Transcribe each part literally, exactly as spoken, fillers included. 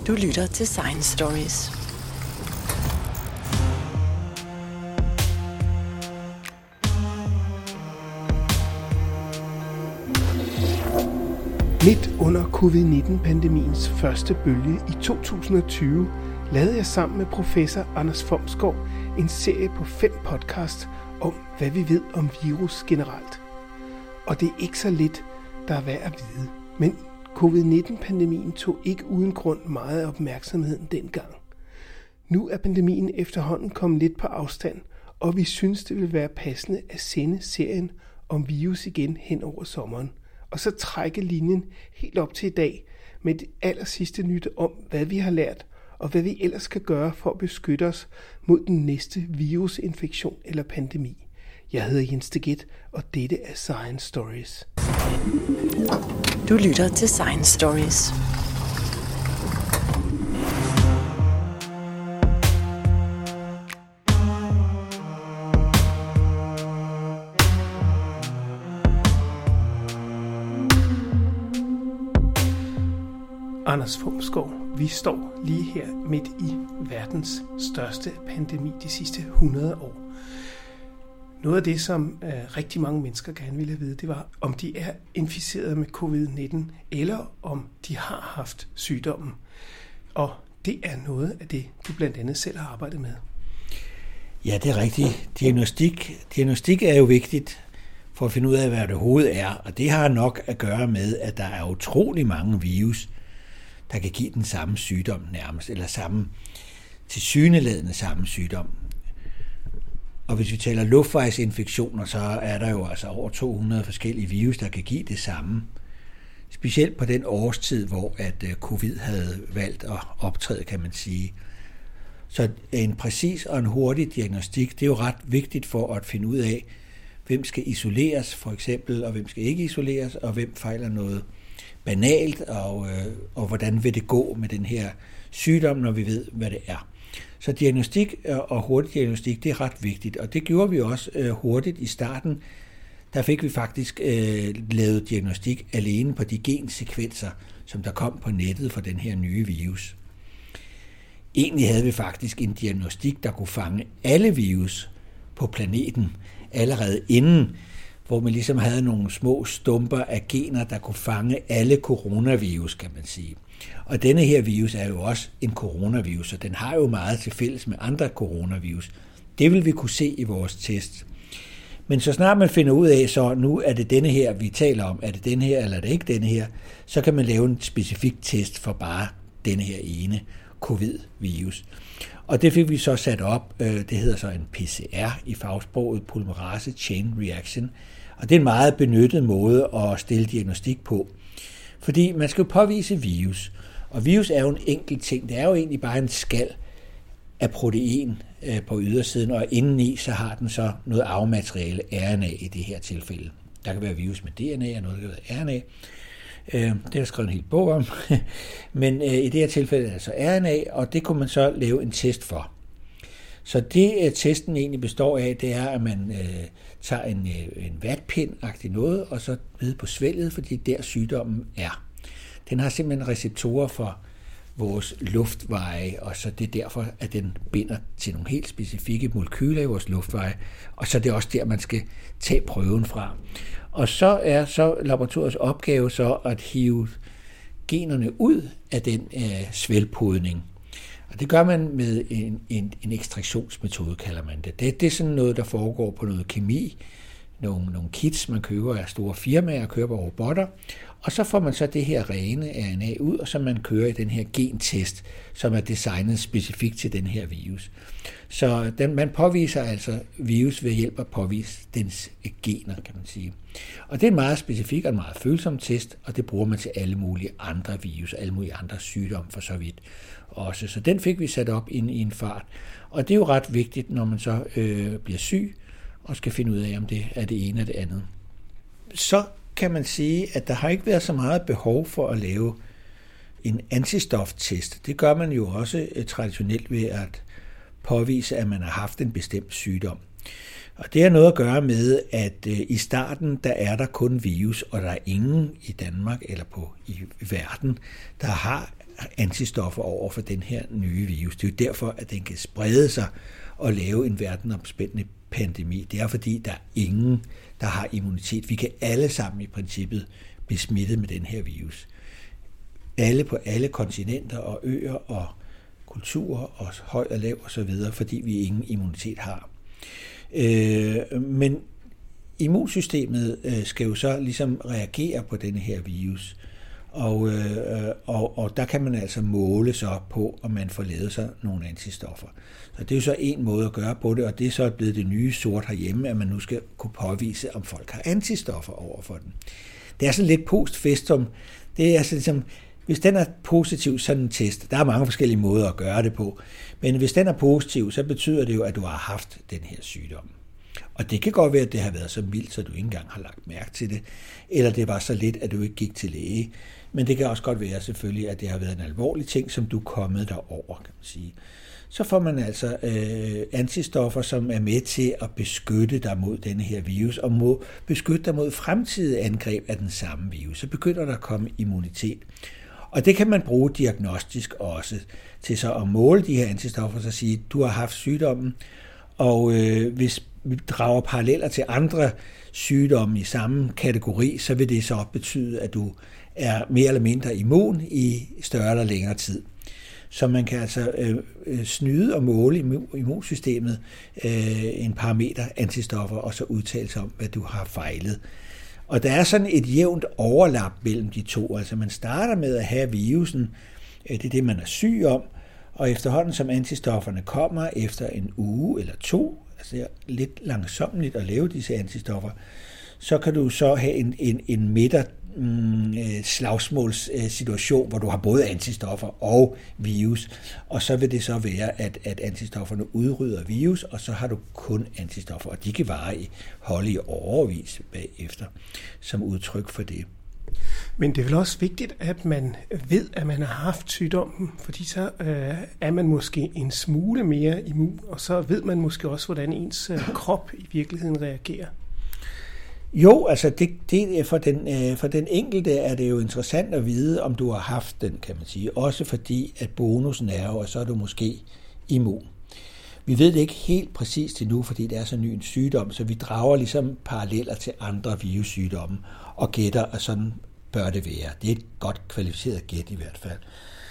Du lytter til Science Stories. Midt under covid nitten-pandemiens første bølge i to tusind og tyve lavede jeg sammen med professor Anders Fomsgaard en serie på fem podcasts om, hvad vi ved om virus generelt. Og det er ikke så lidt, der er værd at vide. Men covid nitten-pandemien tog ikke uden grund meget af opmærksomheden dengang. Nu er pandemien efterhånden kommet lidt på afstand, og vi synes, det vil være passende at sende serien om virus igen hen over sommeren. Og så trække linjen helt op til i dag med det aller sidste nyt om, hvad vi har lært, og hvad vi ellers kan gøre for at beskytte os mod den næste virusinfektion eller pandemi. Jeg hedder Jens Deget, og dette er Science Stories. Du lytter til Science Stories. Anders Fomsgaard, vi står lige her midt i verdens største pandemi de sidste hundrede år. Noget af det, som øh, rigtig mange mennesker gerne ville vide, det var, om de er inficeret med covid nitten, eller om de har haft sygdommen. Og det er noget af det, du blandt andet selv har arbejdet med. Ja, det er rigtigt. Diagnostik, diagnostik er jo vigtigt for at finde ud af, hvad det overhovedet er. Og det har nok at gøre med, at der er utrolig mange virus, der kan give den samme sygdom nærmest, eller samme tilsyneladende samme sygdom. Og hvis vi taler luftvejsinfektioner, så er der jo altså over to hundrede forskellige virus, der kan give det samme. Specielt på den årstid, hvor at covid havde valgt at optræde, kan man sige. Så en præcis og en hurtig diagnostik, det er jo ret vigtigt for at finde ud af, hvem skal isoleres for eksempel, og hvem skal ikke isoleres, og hvem fejler noget banalt, og, øh, og hvordan vil det gå med den her sygdom, når vi ved, hvad det er. Så diagnostik og hurtig diagnostik, det er ret vigtigt, og det gjorde vi også øh, hurtigt i starten. Der fik vi faktisk øh, lavet diagnostik alene på de gensekvenser, som der kom på nettet for den her nye virus. Egentlig havde vi faktisk en diagnostik, der kunne fange alle virus på planeten allerede inden, hvor man ligesom havde nogle små stumper af gener, der kunne fange alle coronavirus, kan man sige. Og denne her virus er jo også en coronavirus, og den har jo meget til fælles med andre coronavirus. Det vil vi kunne se i vores test. Men så snart man finder ud af, så nu er det denne her, vi taler om, er det denne her, eller er det ikke denne her, så kan man lave en specifik test for bare denne her ene covid-virus. Og det fik vi så sat op, det hedder så en P C R i fagsproget, Polymerase Chain Reaction, og det er en meget benyttet måde at stille diagnostik på. Fordi man skal jo påvise virus, og virus er jo en enkelt ting, det er jo egentlig bare en skal af protein på ydersiden, og indeni så har den så noget arvemateriale, R N A i det her tilfælde. Der kan være virus med D N A og noget, der kan være R N A. Det har jeg skrevet en hel bog om, men i det her tilfælde er det altså R N A, og det kunne man så lave en test for. Så det testen egentlig består af, det er, at man øh, tager en, en vatpind-agtig noget, og så ved på svælget, fordi der sygdommen er. Den har simpelthen receptorer for vores luftveje, og så det er derfor, at den binder til nogle helt specifikke molekyler i vores luftveje, og så er det også der, man skal tage prøven fra. Og så er så laboratoriets opgave så at hive generne ud af den øh, svælgpodning. Og det gør man med en, en, en ekstraktionsmetode, kalder man det. det. Det er sådan noget, der foregår på noget kemi, nogle, nogle kits, man køber af store firmaer og køber robotter, og så får man så det her rene R N A ud, og så man kører i den her gentest, som er designet specifikt til den her virus. Så den, man påviser altså virus ved hjælp af at påvise dens gener, kan man sige. Og det er en meget specifik og en meget følsom test, og det bruger man til alle mulige andre virus, alle mulige andre sygdomme for så vidt også. Så den fik vi sat op ind i en fart. Og det er jo ret vigtigt, når man så øh, bliver syg, og skal finde ud af, om det er det ene eller det andet. Så kan man sige, at der har ikke været så meget behov for at lave en antistoftest. Det gør man jo også traditionelt ved at påvise, at man har haft en bestemt sygdom. Og det har noget at gøre med, at øh, i starten, der er der kun virus, og der er ingen i Danmark eller på i verden, der har antistoffer over for den her nye virus. Det er jo derfor, at den kan sprede sig og lave en verdenomspændende pandemi. Det er fordi, der er ingen, der har immunitet. Vi kan alle sammen i princippet blive smittet med den her virus. Alle på alle kontinenter og øer og kulturer og høj og lav og så videre, fordi vi ingen immunitet har. Øh, men immunsystemet øh, skal jo så ligesom reagere på denne her virus, og, øh, og, og der kan man altså måle så på, om man får lavet sig nogle antistoffer. Så det er jo så en måde at gøre på det, og det er så blevet det nye sort herhjemme, at man nu skal kunne påvise, om folk har antistoffer over for den. Det er sådan lidt post festum. Det er altså ligesom, hvis den er positiv, sådan en test, der er mange forskellige måder at gøre det på, men hvis den er positiv, så betyder det jo, at du har haft den her sygdom. Og det kan godt være, at det har været så mildt, så du ikke engang har lagt mærke til det, eller det var så lidt, at du ikke gik til læge. Men det kan også godt være selvfølgelig, at det har været en alvorlig ting, som du er kommet derover, kan man sige. Så får man altså øh, antistoffer, som er med til at beskytte dig mod denne her virus, og må beskytte dig mod fremtidige angreb af den samme virus. Så begynder der at komme immunitet. Og det kan man bruge diagnostisk også, til så at måle de her antistoffer, så sige, du har haft sygdommen, og øh, hvis vi drager paralleller til andre sygdomme i samme kategori, så vil det så betyde, at du er mere eller mindre immun i større eller længere tid. Så man kan altså øh, snyde og måle immunsystemet øh, en parameter antistoffer, og så udtale sig om, hvad du har fejlet. Og der er sådan et jævnt overlap mellem de to. Altså man starter med at have virusen, det er det, man er syg om, og efterhånden som antistofferne kommer efter en uge eller to, altså det er lidt langsommeligt at lave disse antistoffer, så kan du så have en, en, en midter mm, slagsmålssituation, hvor du har både antistoffer og virus, og så vil det så være, at, at antistofferne udrydder virus, og så har du kun antistoffer, og de kan vare i holde i overvis bagefter, som udtryk for det. Men det er vel også vigtigt, at man ved, at man har haft sygdommen, fordi så øh, er man måske en smule mere immun, og så ved man måske også, hvordan ens øh, krop i virkeligheden reagerer. Jo, altså det, det, for, den, øh, for den enkelte er det jo interessant at vide, om du har haft den, kan man sige. Også fordi, at bonusen er jo, og så er du måske immun. Vi ved det ikke helt præcist endnu, fordi det er så ny en sygdom, så vi drager ligesom paralleller til andre virussygdomme og gætter, at sådan bør det være. Det er et godt kvalificeret gæt i hvert fald.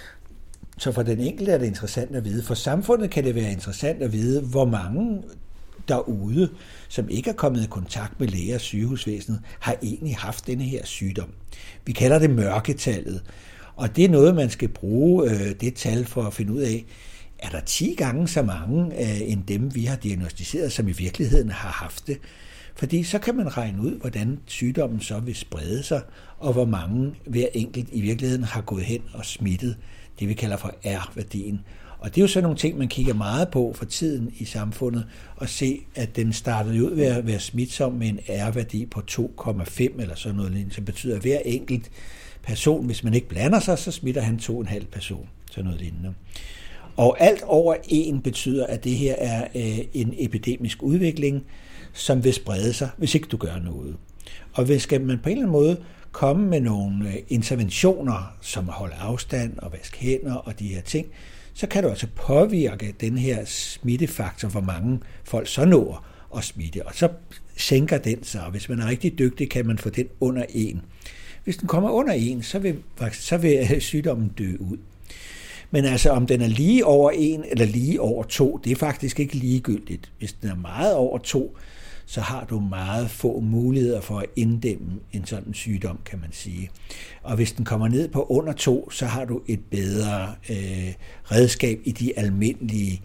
Så for den enkelte er det interessant at vide. For samfundet kan det være interessant at vide, hvor mange derude, som ikke er kommet i kontakt med læger og sygehusvæsenet, har egentlig haft denne her sygdom. Vi kalder det mørketallet, og det er noget, man skal bruge øh, det tal for at finde ud af, er der ti gange så mange øh, end dem, vi har diagnosticeret, som i virkeligheden har haft det. Fordi så kan man regne ud, hvordan sygdommen så vil sprede sig, og hvor mange hver enkelt i virkeligheden har gået hen og smittet, det vi kalder for R-værdien. Og det er jo så nogle ting, man kigger meget på for tiden i samfundet, og se, at den startede ud ved at være smitsom med en R-værdi på to komma fem eller sådan noget, som betyder, at hver enkelt person, hvis man ikke blander sig, så smitter han to komma fem person, sådan noget lignende. Og alt over en betyder, at det her er øh, en epidemisk udvikling, som vil sprede sig, hvis ikke du gør noget. Og hvis skal man på en eller anden måde komme med nogle interventioner, som at holde afstand og vaske hænder og de her ting, så kan du altså påvirke den her smittefaktor, hvor mange folk så når at smitte. Og så sænker den sig, og hvis man er rigtig dygtig, kan man få den under en. Hvis den kommer under en, så vil, så vil sygdommen dø ud. Men altså, om den er lige over en eller lige over to, det er faktisk ikke ligegyldigt. Hvis den er meget over to, så har du meget få muligheder for at inddæmme en sådan sygdom, kan man sige. Og hvis den kommer ned på under to, så har du et bedre øh, redskab i de almindelige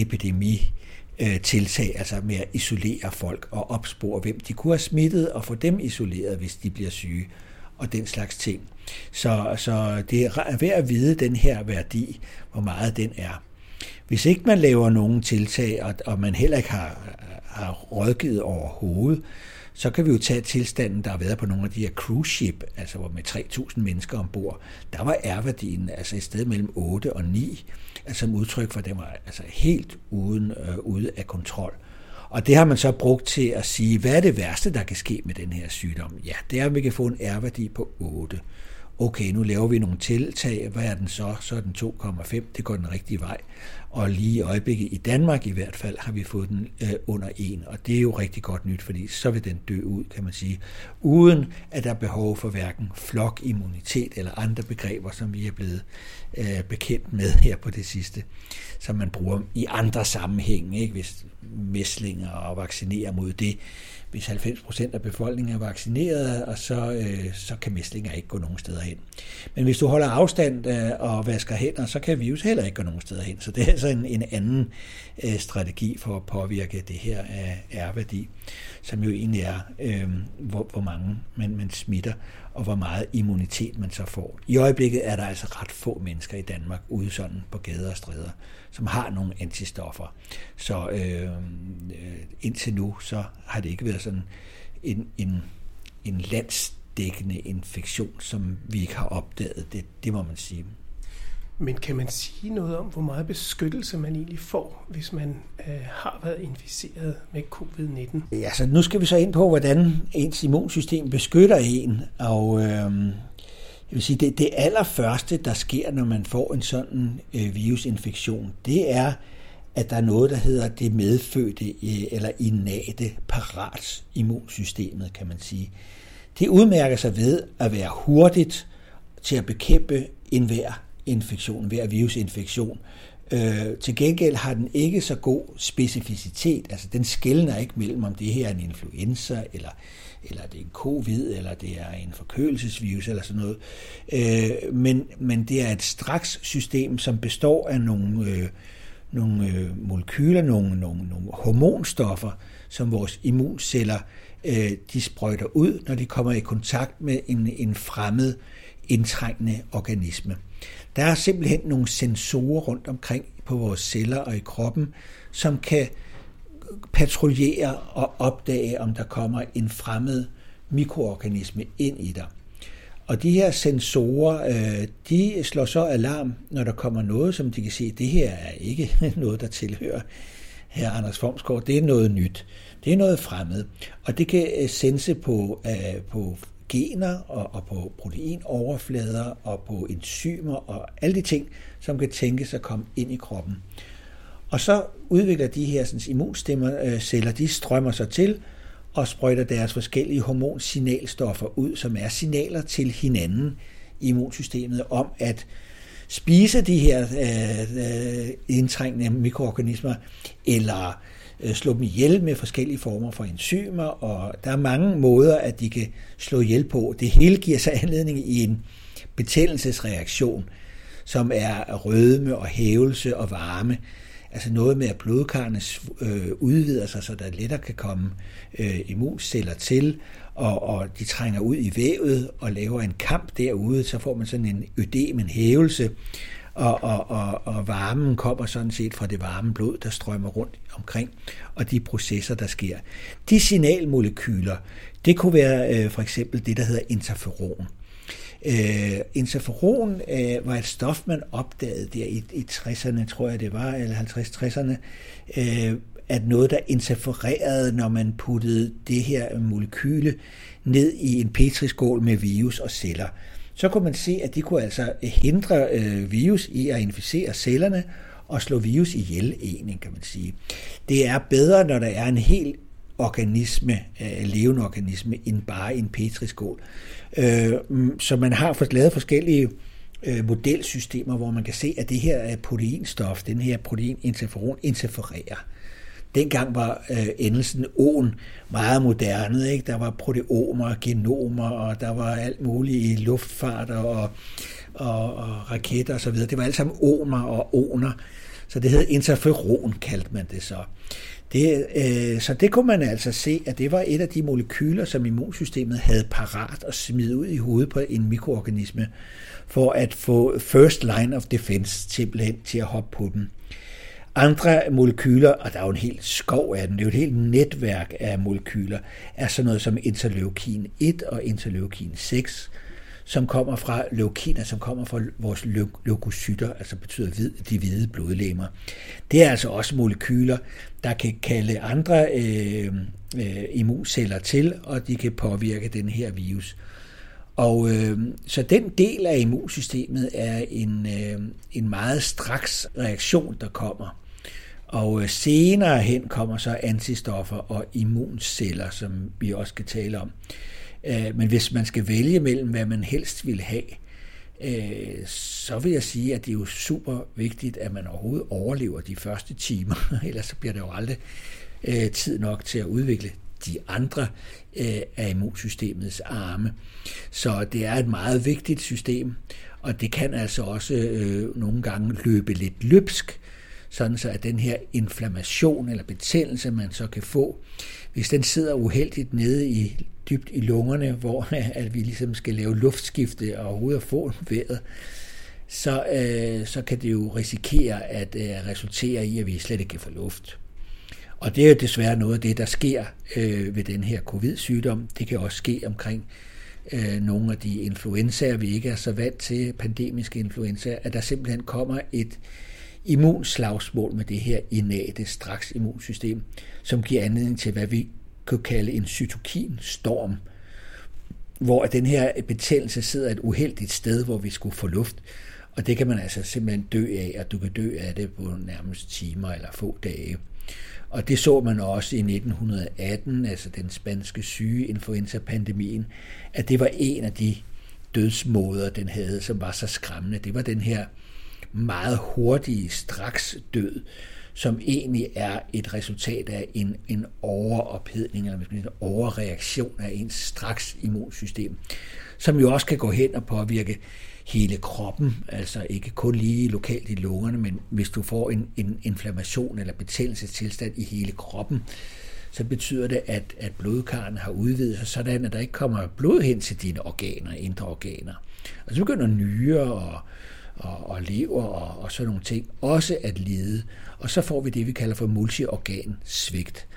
epidemitiltag, altså med at isolere folk og opspore, hvem de kunne have smittet, og få dem isoleret, hvis de bliver syge, og den slags ting. Så, så det er værd at vide den her værdi, hvor meget den er. Hvis ikke man laver nogen tiltag, og, og man heller ikke har, har rådgivet overhovedet, så kan vi jo tage tilstanden, der har været på nogle af de her cruise ship, altså hvor med tre tusind mennesker ombord, der var R-værdien altså et sted mellem otte og ni, altså som udtryk for, at det var altså helt uden, øh, ude af kontrol. Og det har man så brugt til at sige, hvad er det værste, der kan ske med den her sygdom? Ja, det er, at vi kan få en R-værdi på otte. Okay, nu laver vi nogle tiltag. Hvad er den så? Så er den to komma fem. Det går den rigtige vej. Og lige i øjeblikket, i Danmark i hvert fald, har vi fået den øh, under en. Og det er jo rigtig godt nyt, fordi så vil den dø ud, kan man sige. Uden at der er behov for hverken flokimmunitet eller andre begreber, som vi er blevet øh, bekendt med her på det sidste, som man bruger i andre sammenhænge, ikke? Hvis mæslinger og vaccinerer mod det. Hvis halvfems procent af befolkningen er vaccineret, og så, øh, så kan mæslinger ikke gå nogen steder hen. Men hvis du holder afstand øh, og vasker hænder, så kan virus heller ikke gå nogen steder hen. Så det er altså en, en anden øh, strategi for at påvirke det her af R-værdi, som jo egentlig er, øh, hvor, hvor mange man, man smitter, og hvor meget immunitet man så får. I øjeblikket er der altså ret få mennesker i Danmark ude sådan på gader og stræder, som har nogle antistoffer. Så øh, indtil nu, så har det ikke været sådan en, en, en landsdækkende infektion, som vi ikke har opdaget. Det, det må man sige. Men kan man sige noget om, hvor meget beskyttelse man egentlig får, hvis man øh, har været inficeret med covid nitten? Ja, så nu skal vi så ind på, hvordan ens immunsystem beskytter en. Og øh, jeg vil sige, det, det allerførste, der sker, når man får en sådan øh, virusinfektion, det er, at der er noget, der hedder det medfødte øh, eller innate parats immunsystemet, kan man sige. Det udmærker sig ved at være hurtigt til at bekæmpe enhver infektion, hver virusinfektion. Øh, til gengæld har den ikke så god specificitet, altså den skelner ikke mellem, om det her er en influenza, eller, eller det er en covid, eller det er en forkølelsesvirus, eller sådan noget. Øh, men, men det er et strakssystem, som består af nogle, øh, nogle øh, molekyler, nogle, nogle, nogle hormonstoffer, som vores immunceller øh, de sprøjter ud, når de kommer i kontakt med en, en fremmed, indtrængende organisme. Der er simpelthen nogle sensorer rundt omkring på vores celler og i kroppen, som kan patruljere og opdage, om der kommer en fremmed mikroorganisme ind i dig. Og de her sensorer, de slår så alarm, når der kommer noget, som de kan sige, det her er ikke noget, der tilhører her Anders Fomsgaard, det er noget nyt. Det er noget fremmed. Og det kan sense på, på gener og, og på proteinoverflader og på enzymer og alle de ting, som kan tænkes at komme ind i kroppen. Og så udvikler de her sådan, immunceller, de strømmer sig til og sprøjter deres forskellige hormonsignalstoffer ud, som er signaler til hinanden i immunsystemet om at spise de her øh, indtrængende mikroorganismer eller slå dem ihjel med forskellige former for enzymer, og der er mange måder, at de kan slå ihjel på. Det hele giver sig anledning i en betændelsesreaktion, som er rødme og hævelse og varme. Altså noget med, at blodkarrene øh, udvider sig, så der lettere kan komme øh, immunceller til, og, og de trænger ud i vævet og laver en kamp derude, så får man sådan en ødem, en hævelse, Og, og, og, og varmen kommer sådan set fra det varme blod, der strømmer rundt omkring, og de processer, der sker. De signalmolekyler, det kunne være øh, for eksempel det, der hedder interferon. Øh, interferon øh, var et stof, man opdagede der i, i tresserne, tror jeg det var, eller halvtreds tresserne, øh, at noget, der interfererede, når man puttede det her molekyle ned i en petriskål med virus og celler. Så kunne man se, at de kunne altså hindre øh, virus i at inficere cellerne og slå virus ihjel egentlig, kan man sige. Det er bedre, når der er en hel organisme, øh, levende organisme, end bare en petriskål. Øh, så man har lavet forskellige øh, modelsystemer, hvor man kan se, at det her proteinstof, den her proteininterferon, interfererer. Dengang var øh, endelsen on meget moderne, ikke? Der var proteomer, genomer, og der var alt muligt i luftfart og, og, og raketter og så videre. Det var alt sammen omer og oner, så det hed interferon, kaldte man det så. Det, øh, så det kunne man altså se, at det var et af de molekyler, som immunsystemet havde parat og smidt ud i hovedet på en mikroorganisme, for at få first line of defense simpelthen til at hoppe på den. Andre molekyler, og der er jo en hel skov af den, det er jo et helt netværk af molekyler, er sådan noget som interleukin et og interleukin seks, som kommer fra leukiner, som kommer fra vores leukocytter, altså betyder hvid, de hvide blodlegemer. Det er altså også molekyler, der kan kalde andre øh, øh, immunceller til, og de kan påvirke den her virus. Og øh, så den del af immunsystemet er en, øh, en meget straks reaktion, der kommer. Og øh, senere hen kommer så antistoffer og immunceller, som vi også skal tale om. Øh, men hvis man skal vælge mellem, hvad man helst vil have, øh, så vil jeg sige, at det er jo super vigtigt, at man overhovedet overlever de første timer. Ellers så bliver der jo aldrig øh, tid nok til at udvikle de andre øh, af immunsystemets arme. Så det er et meget vigtigt system, og det kan altså også øh, nogle gange løbe lidt løbsk, sådan så at den her inflammation eller betændelse, man så kan få, hvis den sidder uheldigt nede i dybt i lungerne, hvor at vi ligesom skal lave luftskifte og overhovedet få vejret, så, øh, så kan det jo risikere at øh, resultere i, at vi slet ikke kan få luft. Og det er jo desværre noget af det, der sker øh, ved den her covid-sygdom. Det kan også ske omkring øh, nogle af de influenzaer, vi ikke er så vant til, pandemiske influenzaer, at der simpelthen kommer et immunslagsmål med det her innate straks immunsystem, som giver anledning til, hvad vi kan kalde en cytokinstorm, hvor den her betændelse sidder et uheldigt sted, hvor vi skulle få luft. Og det kan man altså simpelthen dø af, og du kan dø af det på nærmest timer eller få dage. Og det så man også i nitten atten, altså den spanske syge influenza-pandemien, at det var en af de dødsmåder, den havde, som var så skræmmende. Det var den her meget hurtige straks død, som egentlig er et resultat af en, en overophedning, eller en overreaktion af ens straks immunsystem, som jo også kan gå hen og påvirke hele kroppen, altså ikke kun lige lokalt i lungerne, men hvis du får en, en inflammation eller betændelsestilstand i hele kroppen, så betyder det, at, at blodkarrene har udvidet sig sådan, at der ikke kommer blod hen til dine organer, indre organer. Og så begynder nyrer og, og, og lever og, og sådan nogle ting også at lide. Og så får vi det, vi kalder for multiorgansvigt.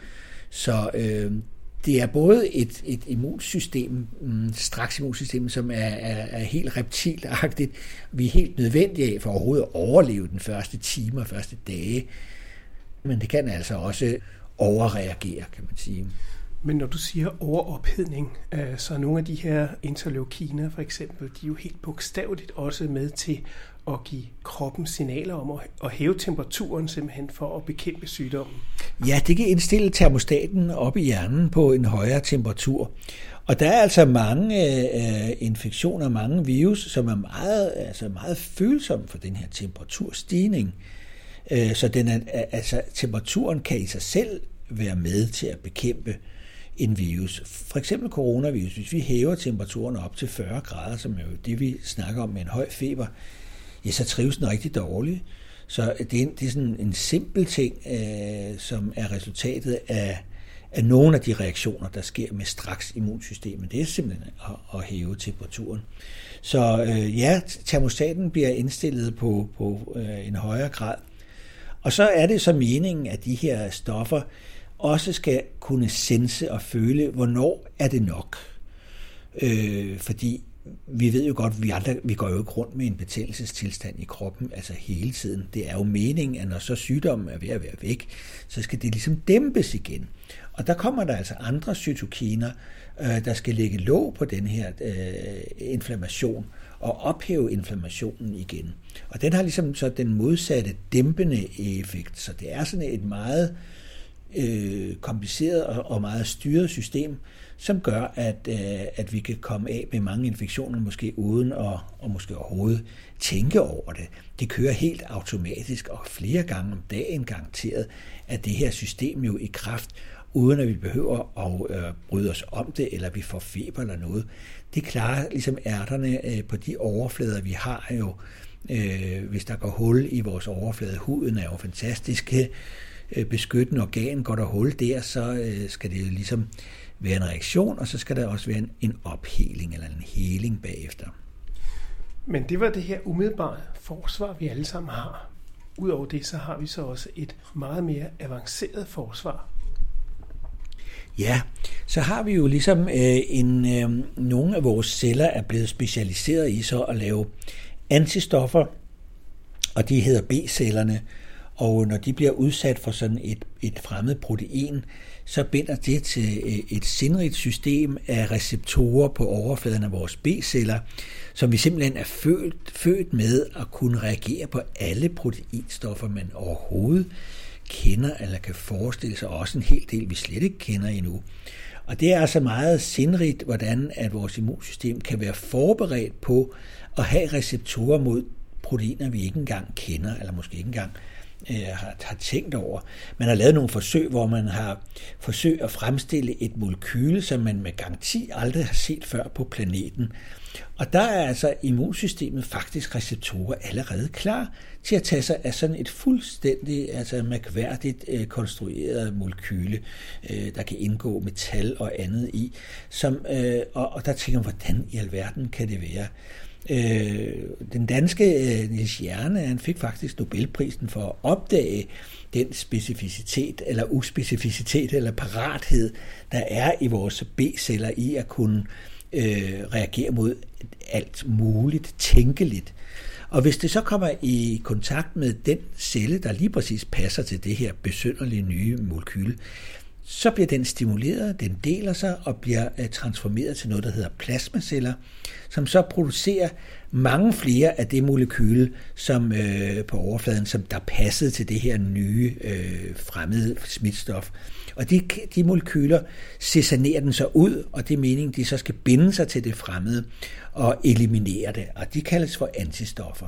Så øh, det er både et, et immunsystem, straks immunsystem, som er, er, er helt reptilagtigt. Vi er helt nødvendige af for overhovedet at overleve den første time og første dage. Men det kan altså også overreagere, kan man sige. Men når du siger overophedning, så er nogle af de her interleukiner for eksempel, de er jo helt bogstaveligt også med til at give kroppen signaler om at hæve temperaturen simpelthen for at bekæmpe sygdommen. Ja, det kan indstille termostaten op i hjernen på en højere temperatur. Og der er altså mange øh, infektioner, mange virus, som er meget, altså meget følsomme for den her temperaturstigning. Øh, så den er, altså, temperaturen kan i sig selv være med til at bekæmpe en virus. For eksempel coronavirus, hvis vi hæver temperaturen op til fyrre grader, som er jo det, vi snakker om med en høj feber, ja, så trives den rigtig dårligt. Så det er, det er sådan en simpel ting, øh, som er resultatet af, af nogle af de reaktioner, der sker med straks immunsystemet. Det er simpelthen at, at hæve temperaturen. Så øh, ja, termostaten bliver indstillet på, på øh, en højere grad. Og så er det så meningen, at de her stoffer også skal kunne sense og føle, hvornår er det nok. Øh, fordi vi ved jo godt, vi andre, vi går jo ikke rundt med en betændelsestilstand i kroppen, altså hele tiden. Det er jo meningen, at når så sygdommen er ved at være væk, så skal det ligesom dæmpes igen. Og der kommer der altså andre cytokiner, øh, der skal lægge låg på den her øh, inflammation og ophæve inflammationen igen. Og den har ligesom så den modsatte dæmpende effekt, så det er sådan et meget øh, kompliceret og meget styret system, som gør, at, øh, at vi kan komme af med mange infektioner, måske uden at og måske overhovedet tænke over det. Det kører helt automatisk og flere gange om dagen garanteret, at det her system jo i kraft, uden at vi behøver at øh, bryde os om det, eller vi får feber eller noget. Det klarer ligesom ærterne øh, på de overflader, vi har jo. Øh, hvis der går hul i vores overflade, huden er jo fantastisk øh, beskyttende organ, går der hul der, så øh, skal det jo ligesom være en reaktion, og så skal der også være en, en opheling eller en heling bagefter. Men det var det her umiddelbare forsvar, vi alle sammen har. Udover det, så har vi så også et meget mere avanceret forsvar. Ja, så har vi jo ligesom øh, en, øh, nogle af vores celler er blevet specialiseret i så at lave antistoffer, og de hedder B-cellerne, og når de bliver udsat for sådan et, et fremmed protein, så binder det til et sindrigt system af receptorer på overfladen af vores B-celler, som vi simpelthen er født, født med at kunne reagere på alle proteinstoffer, man overhovedet kender eller kan forestille sig, også en hel del, vi slet ikke kender endnu. Og det er altså meget sindrigt, hvordan at vores immunsystem kan være forberedt på at have receptorer mod proteiner, vi ikke engang kender, eller måske ikke engang øh, har, har tænkt over. Man har lavet nogle forsøg, hvor man har forsøgt at fremstille et molekyle, som man med garanti aldrig har set før på planeten. Og der er altså immunsystemet faktisk receptorer allerede klar til at tage sig af sådan et fuldstændig altså mærkværdigt øh, konstrueret molekyle, øh, der kan indgå metal og andet i. Som, øh, og, og der tænker man, hvordan i alverden kan det være? Øh, den danske øh, Niels Hjerne, han fik faktisk Nobelprisen for at opdage den specificitet eller uspecificitet eller parathed, der er i vores B-celler i at kunne øh, reagere mod alt muligt tænkeligt. Og hvis det så kommer i kontakt med den celle, der lige præcis passer til det her besynderlige nye molekyle, så bliver den stimuleret, den deler sig og bliver transformeret til noget, der hedder plasmaceller, som så producerer mange flere af det molekyle, som øh, på overfladen, som der passede til det her nye øh, fremmede smitstof. Og de, de molekyler sesanerer den så ud, og det er meningen, de så skal binde sig til det fremmede og eliminere det, og de kaldes for antistoffer.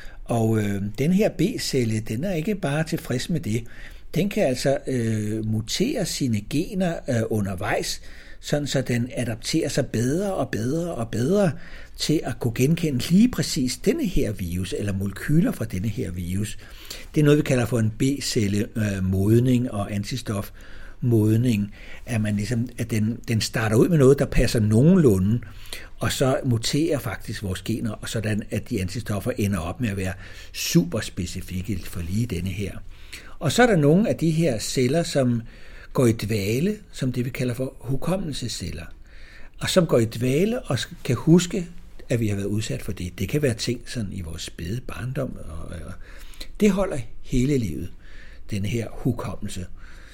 Og øh, den her B-celle, den er ikke bare tilfreds med det. Den kan altså øh, mutere sine gener øh, undervejs, sådan så den adapterer sig bedre og bedre og bedre til at kunne genkende lige præcis denne her virus, eller molekyler fra denne her virus. Det er noget, vi kalder for en B-celle-modning øh, og antistofmodning, at, man ligesom, at den, den starter ud med noget, der passer nogenlunde, og så muterer faktisk vores gener, og sådan at de antistoffer ender op med at være super specifikke for lige denne her. Og så er der nogle af de her celler, som går i dvale, som det vi kalder for hukommelsesceller, og som går i dvale og kan huske, at vi har været udsat for det. Det kan være ting sådan i vores spæde barndom, og, og det holder hele livet, den her hukommelse.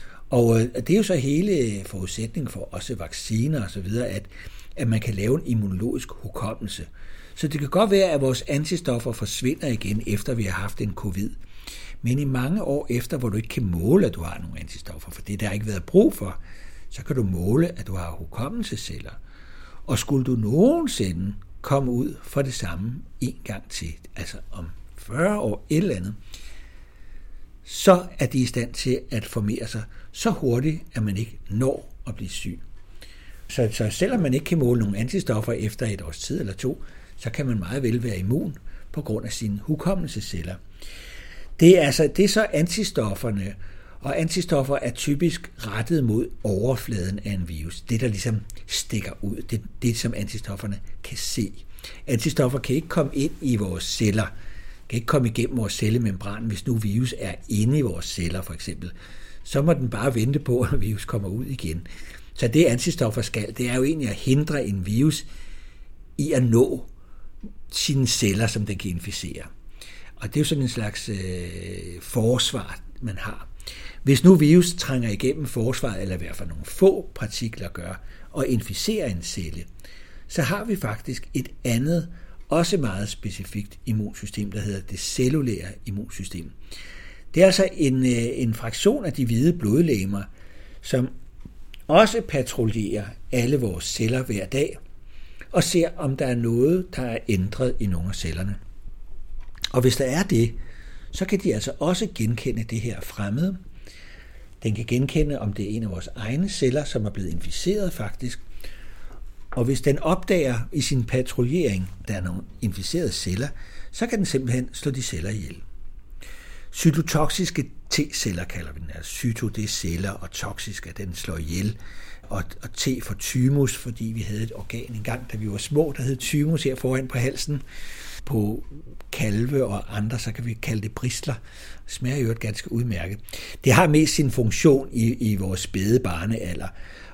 Og det er jo så hele forudsætningen for også vacciner og så videre, at, at man kan lave en immunologisk hukommelse. Så det kan godt være, at vores antistoffer forsvinder igen, efter vi har haft en covid. Men i mange år efter, hvor du ikke kan måle, at du har nogle antistoffer, for det der har ikke været brug for, så kan du måle, at du har hukommelsesceller. Og skulle du nogensinde komme ud for det samme en gang til, altså om fyrre år et eller andet, så er de i stand til at formere sig så hurtigt, at man ikke når at blive syg. Så, så selvom man ikke kan måle nogle antistoffer efter et års tid eller to, så kan man meget vel være immun på grund af sine hukommelsesceller. Det er, altså, det er så antistofferne, og antistoffer er typisk rettet mod overfladen af en virus. Det, der ligesom stikker ud, det det, som antistofferne kan se. Antistoffer kan ikke komme ind i vores celler, kan ikke komme igennem vores cellemembran, hvis nu virus er inde i vores celler for eksempel. Så må den bare vente på, at virus kommer ud igen. Så det antistoffer skal, det er jo egentlig at hindre en virus i at nå sine celler, som den kan inficere. Og det er jo sådan en slags øh, forsvar, man har. Hvis nu virus trænger igennem forsvaret, eller i hvert fald nogle få partikler gør, og inficerer en celle, så har vi faktisk et andet, også meget specifikt immunsystem, der hedder det cellulære immunsystem. Det er altså en, øh, en fraktion af de hvide blodlegemer, som også patruljerer alle vores celler hver dag, og ser, om der er noget, der er ændret i nogle af cellerne. Og hvis der er det, så kan de altså også genkende det her fremmede. Den kan genkende, om det er en af vores egne celler, som er blevet inficeret faktisk. Og hvis den opdager i sin patruljering, der er nogle inficerede celler, så kan den simpelthen slå de celler ihjel. Cytotoksiske T-celler kalder vi den. Altså cyto, det er celler, og toksisk, at den slår ihjel. Og, og T for thymus, fordi vi havde et organ engang, da vi var små, der hed thymus her foran på halsen. På kalve og andre, så kan vi kalde det bristler. Det smager jo et ganske udmærket. Det har mest sin funktion i, i vores spæde barnealder.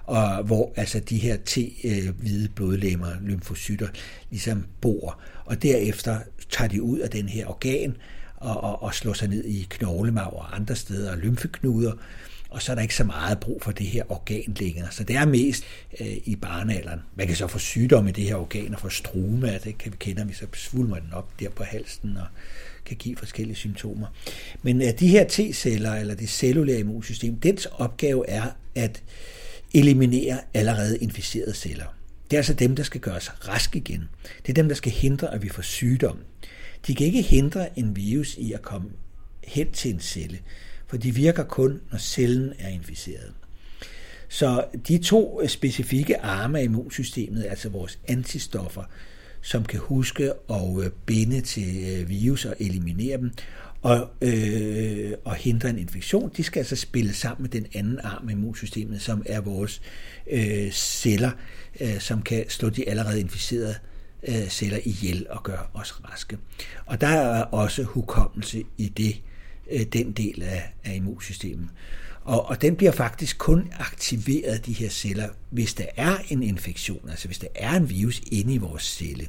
og hvor altså de her T-hvide blodlegemer, lymfocytter, ligesom bor, og derefter tager de ud af den her organ og, og, og slår sig ned i knoglemarv og andre steder og lymfeknuder, og så er der ikke så meget brug for det her organ længere. Så det er mest øh, i barnealderen. Man kan så få sygdomme i det her organ og få struma, det kan vi kende, vi så svulmer den op der på halsen og kan give forskellige symptomer. Men øh, de her T-celler, eller det cellulære immunsystem, dens opgave er at eliminere allerede inficerede celler. Det er altså dem, der skal gøres rask igen. Det er dem, der skal hindre, at vi får sygdom. De kan ikke hindre en virus i at komme hen til en celle, for de virker kun, når cellen er inficeret. Så de to specifikke arme af immunsystemet, altså vores antistoffer, som kan huske og binde til virus og eliminere dem, og, øh, og hindre en infektion, de skal altså spille sammen med den anden arm af immunsystemet, som er vores øh, celler, øh, som kan slå de allerede inficerede øh, celler ihjel og gøre os raske. Og der er også hukommelse i det, øh, den del af, af immunsystemet. Og, og den bliver faktisk kun aktiveret, de her celler, hvis der er en infektion, altså hvis der er en virus inde i vores celle.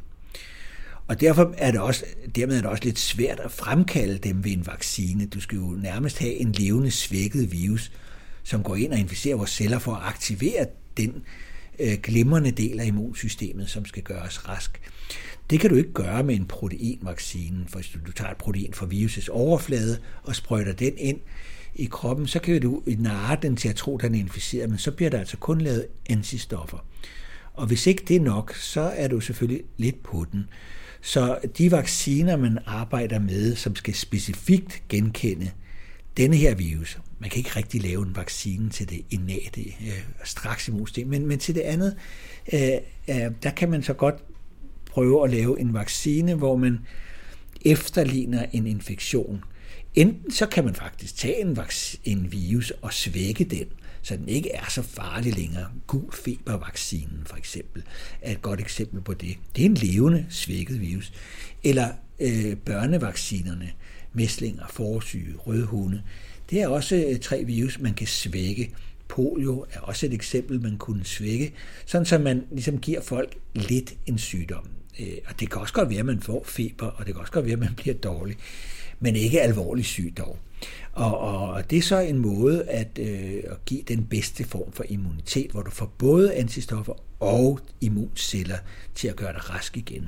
Og derfor er det også, dermed er det også lidt svært at fremkalde dem ved en vaccine. Du skal jo nærmest have en levende svækket virus, som går ind og inficerer vores celler for at aktivere den øh, glimrende del af immunsystemet, som skal gøres rask. Det kan du ikke gøre med en proteinvaccine. For hvis du tager et protein fra virusets overflade og sprøjter den ind i kroppen, så kan du narre den til at tro, at den er inficeret, men så bliver der altså kun lavet antistoffer. Og hvis ikke det er nok, så er du selvfølgelig lidt på den. Så de vacciner, man arbejder med, som skal specifikt genkende denne her virus, man kan ikke rigtig lave en vaccine til det innate øh, straks immunsystem, men, men til det andet, øh, øh, der kan man så godt prøve at lave en vaccine, hvor man efterligner en infektion. Enten så kan man faktisk tage en, vac- en virus og svække den, så den ikke er så farlig længere. Gul feber-vaccinen for eksempel er et godt eksempel på det. Det er en levende svækket virus. Eller øh, børnevaccinerne, mæslinger, forsyge, rødhunde. Det er også øh, tre virus, man kan svække. Polio er også et eksempel, man kunne svække, sådan så man ligesom giver folk lidt en sygdom. Øh, og det kan også godt være, at man får feber, og det kan også godt være, at man bliver dårlig, men ikke alvorlig syg dog. Og, og det er så en måde at, øh, at give den bedste form for immunitet, hvor du får både antistoffer og immunceller til at gøre dig rask igen.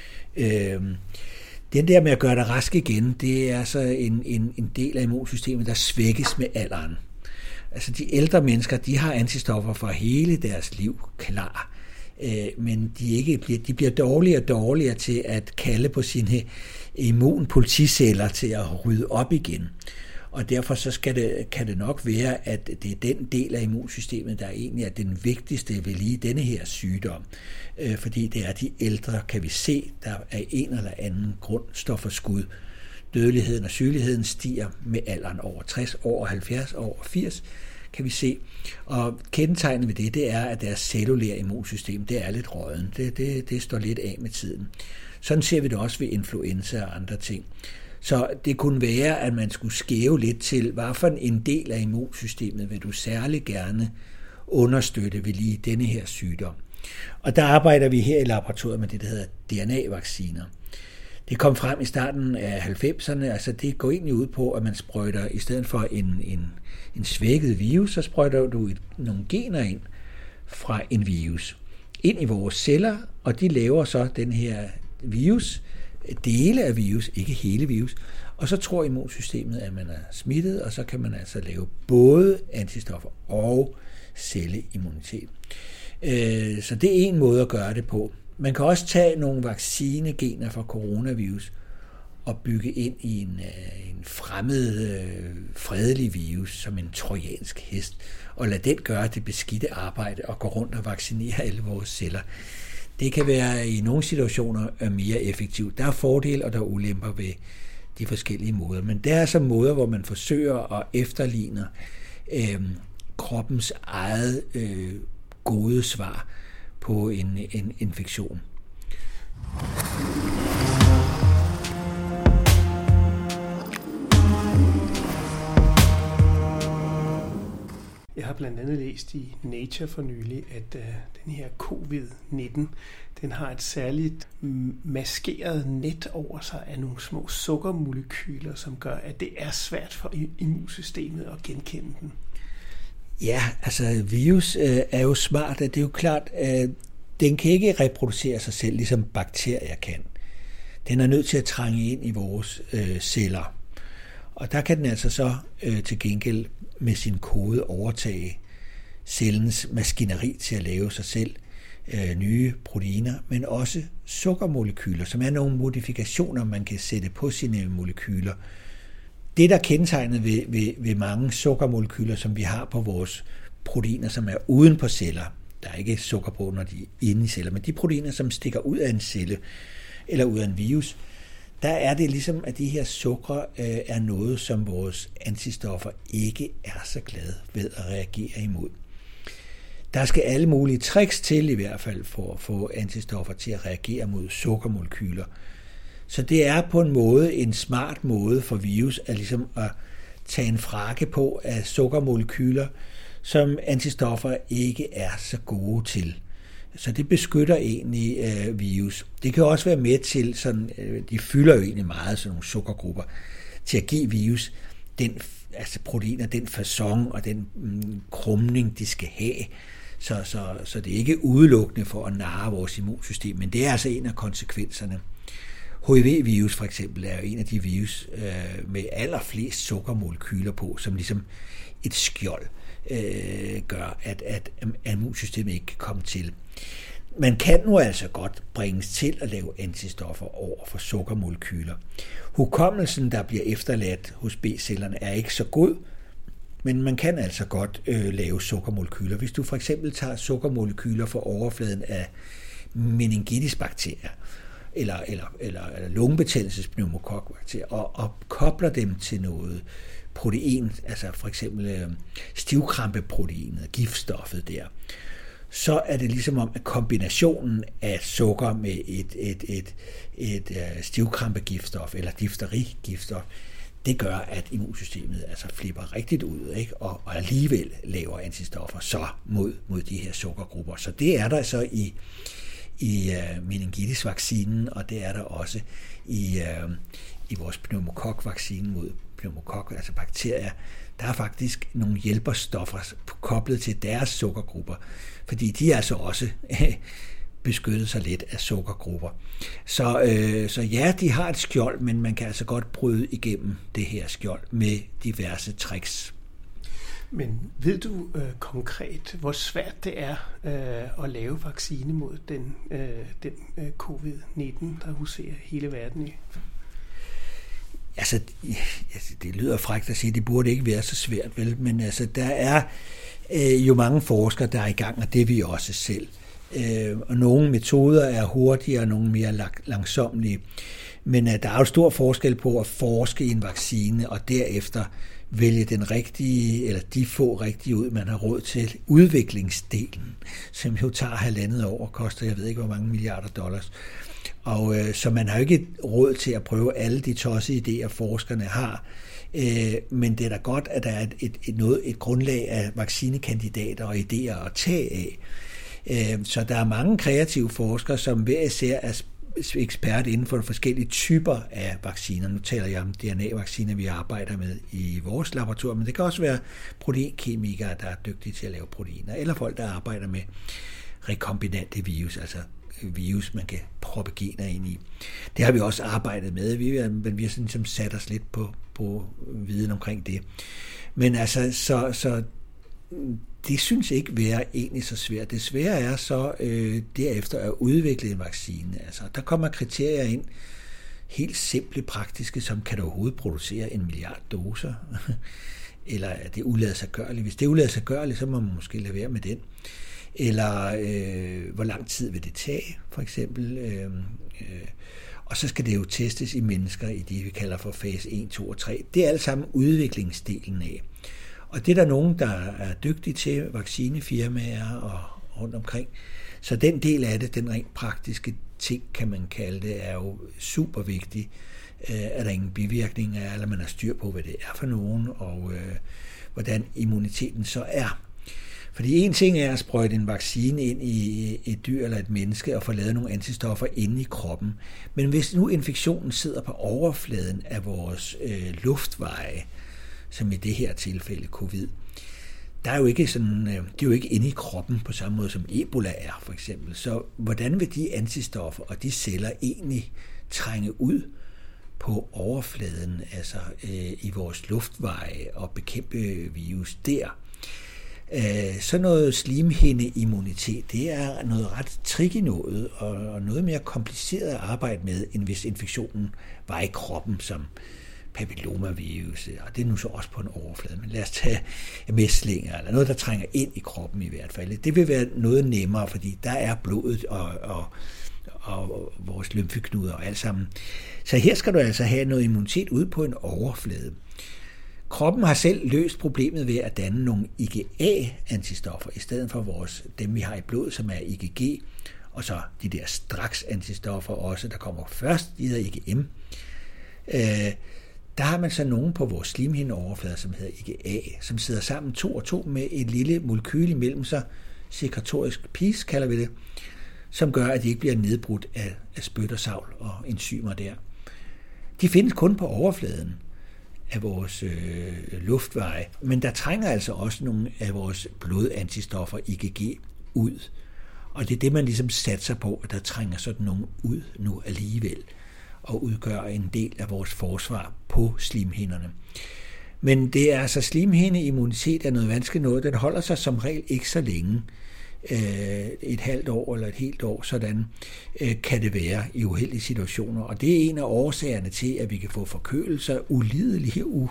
Øh, den der med at gøre dig rask igen, det er så en, en, en del af immunsystemet, der svækkes med alderen. Altså de ældre mennesker, de har antistoffer for hele deres liv klar, øh, men de, ikke bliver, de bliver dårligere og dårligere til at kalde på sine immunpoliticeller til at rydde op igen. Og derfor så skal det, kan det nok være, at det er den del af immunsystemet, der egentlig er den vigtigste ved lige denne her sygdom. Øh, fordi det er de ældre, kan vi se, der af en eller anden grund står for skud. Dødeligheden og sygeligheden stiger med alderen over tres, over halvfjerds, over firs, kan vi se. Og kendetegnet ved det, det er, at deres cellulære immunsystem, det er lidt rådden. Det, det, det står lidt af med tiden. Sådan ser vi det også ved influenza og andre ting. Så det kunne være, at man skulle skæve lidt til, hvad for en del af immunsystemet vil du særlig gerne understøtte ved lige denne her sygdom. Og der arbejder vi her i laboratoriet med det, der hedder D N A-vacciner. Det kom frem i starten af halvfemserne, altså det går egentlig ud på, at man sprøjter, i stedet for en, en, en svækket virus, så sprøjter du et, nogle gener ind fra en virus ind i vores celler, og de laver så den her virus, dele af virus, ikke hele virus, og så tror immunsystemet, at man er smittet, og så kan man altså lave både antistoffer og celleimmunitet. Så det er en måde at gøre det på. Man kan også tage nogle vaccinegener fra coronavirus og bygge ind i en, en fremmed, fredelig virus, som en trojansk hest, og lade den gøre det beskidte arbejde og gå rundt og vaccinere alle vores celler. Det kan være i nogle situationer mere effektivt. Der er fordele, og der er ulemper ved de forskellige måder. Men der er så måder, hvor man forsøger at efterligne øh, kroppens eget øh, gode svar på en, en infektion. Jeg har blandt andet læst i Nature for nylig, at uh, den her covid nitten, den har et særligt maskeret net over sig af nogle små sukkermolekyler, som gør, at det er svært for immunsystemet at genkende den. Ja, altså virus øh, er jo smart, og det er jo klart, at øh, den kan ikke reproducere sig selv, ligesom bakterier kan. Den er nødt til at trænge ind i vores øh, celler. Og der kan den altså så øh, til gengæld med sin kode overtage cellens maskineri til at lave sig selv øh, nye proteiner, men også sukkermolekyler, som er nogle modifikationer, man kan sætte på sine molekyler. Det, der er kendetegnet ved, ved, ved mange sukkermolekyler, som vi har på vores proteiner, som er uden på celler, der er ikke sukker på, når de er inde i celler, men de proteiner, som stikker ud af en celle eller ud af en virus, der er det ligesom, at de her sukre øh, er noget, som vores antistoffer ikke er så glade ved at reagere imod. Der skal alle mulige tricks til i hvert fald for at få antistoffer til at reagere mod sukkermolekyler. Så det er på en måde en smart måde for virus at, ligesom at tage en frakke på af sukkermolekyler, som antistoffer ikke er så gode til. Så det beskytter egentlig øh, virus. Det kan også være med til, sådan, øh, de fylder jo egentlig meget sådan nogle sukkergrupper, til at give virus den, altså proteiner, den facon og den mm, krumning, de skal have. Så, så, så det er ikke udelukkende for at narre vores immunsystem, men det er altså en af konsekvenserne. H I V-virus for eksempel er jo en af de virus øh, med allerflest sukkermolekyler på, som ligesom et skjold øh, gør, at, at immunsystemet ikke kan komme til. Man kan nu altså godt bringes til at lave antistoffer over for sukkermolekyler. Hukommelsen, der bliver efterladt hos B-cellerne, er ikke så god, men man kan altså godt øh, lave sukkermolekyler. Hvis du for eksempel tager sukkermolekyler fra overfladen af meningitisbakterier, eller, eller, eller, eller lungebetændelsespneumokokbakterier, og, og kobler dem til noget protein, altså for eksempel øh, stivkrampeproteinet, giftstoffet der, så er det ligesom om, at kombinationen af sukker med et, et, et, et, et stivkrampegiftstof eller difterigiftstof, det gør, at immunsystemet altså flipper rigtigt ud, ikke? Og, og alligevel laver antistoffer så mod, mod de her sukkergrupper. Så det er der så i, i uh, meningitis-vaccinen, og det er der også i, uh, i vores pneumokokvaccine mod pneumokok, altså bakterier. Der er faktisk nogle hjælperstoffer koblet til deres sukkergrupper, fordi de er altså også beskyttet sig lidt af sukkergrupper. Så, øh, så ja, de har et skjold, men man kan altså godt bryde igennem det her skjold med diverse tricks. Men ved du øh, konkret, hvor svært det er øh, at lave vaccine mod den, øh, den øh, covid nitten, der huserer hele verden i? Altså, det lyder frækt at sige, at det burde ikke være så svært, vel? Men altså, der er øh, jo mange forskere, der er i gang, og det er vi også selv. Øh, og nogle metoder er hurtigere, og nogle mere langsommelige. Men øh, der er jo stor forskel på at forske i en vaccine, og derefter vælge den rigtige, eller de få rigtige ud, man har råd til. Udviklingsdelen, som jo tager halvandet år og koster, jeg ved ikke, hvor mange milliarder dollars. Og øh, så man har jo ikke råd til at prøve alle de tossede idéer, forskerne har. Øh, men det er da godt, at der er et, et, et, noget, et grundlag af vaccinekandidater og idéer at tage af. Øh, så der er mange kreative forskere, som hver især er ekspert inden for forskellige typer af vacciner. Nu taler jeg om D N A-vacciner, vi arbejder med i vores laboratorium, men det kan også være proteinkemikere, der er dygtige til at lave proteiner, eller folk, der arbejder med rekombinante virus, altså virus, man kan proppe gener ind i. Det har vi også arbejdet med, vi har, men vi har sådan ligesom sat os lidt på, på viden omkring det. Men altså, så, så det synes ikke være egentlig så svært. Det svære er så øh, derefter at udvikle en vaccine. Altså, der kommer kriterier ind, helt simple, praktiske, som kan du overhovedet producere en milliard doser, eller er det uladsiggørligt. Hvis det er uladsiggørligt, så må man måske lade være med den. Eller øh, hvor lang tid vil det tage, for eksempel. Øh, øh, og så skal det jo testes i mennesker i det, vi kalder for fase et, to og tre. Det er alt sammen udviklingsdelen af. Og det er der nogen, der er dygtige til, vaccinefirmaer og rundt omkring. Så den del af det, den rent praktiske ting, kan man kalde det, er jo super vigtig. Øh, at der ingen bivirkninger er, eller man har styr på, hvad det er for nogen, og øh, hvordan immuniteten så er. Fordi en ting er at sprøjte en vaccine ind i et dyr eller et menneske og få lavet nogle antistoffer inde i kroppen. Men hvis nu infektionen sidder på overfladen af vores øh, luftveje, som i det her tilfælde covid, der er jo ikke sådan, det er jo ikke inde i kroppen på samme måde som Ebola er for eksempel. Så hvordan vil de antistoffer og de celler egentlig trænge ud på overfladen, altså øh, i vores luftveje og bekæmpe virus der? Øh, så noget slimhindeimmunitet, det er noget ret tricky noget og noget mere kompliceret at arbejde med, end hvis infektionen var i kroppen som papillomavirus, og det er nu så også på en overflade, men lad os tage mæslinger, eller noget, der trænger ind i kroppen i hvert fald. Det vil være noget nemmere, fordi der er blodet og, og, og vores lymfeknuder og alt sammen. Så her skal du altså have noget immunitet ude på en overflade. Kroppen har selv løst problemet ved at danne nogle I G A-antistoffer, i stedet for vores, dem vi har i blodet, som er I G G, og så de der straks-antistoffer også, der kommer først, de hedder I G M. Øh, Der har man så nogen på vores slimhindeoverflade, som hedder I G A, som sidder sammen to og to med et lille molekyl imellem sig, sekretorisk piece kalder vi det, som gør, at de ikke bliver nedbrudt af, af spyt og savl og enzymer der. De findes kun på overfladen af vores øh, luftveje, men der trænger altså også nogle af vores blodantistoffer I G G ud. Og det er det, man ligesom satser på, at der trænger sådan nogle ud nu alligevel, og udgør en del af vores forsvar på slimhinderne. Men det er altså slimhindeimmunitet er noget vanskeligt noget. Den holder sig som regel ikke så længe. Et halvt år eller et helt år, sådan kan det være i uheldige situationer. Og det er en af årsagerne til, at vi kan få forkølelser, ulidelige u-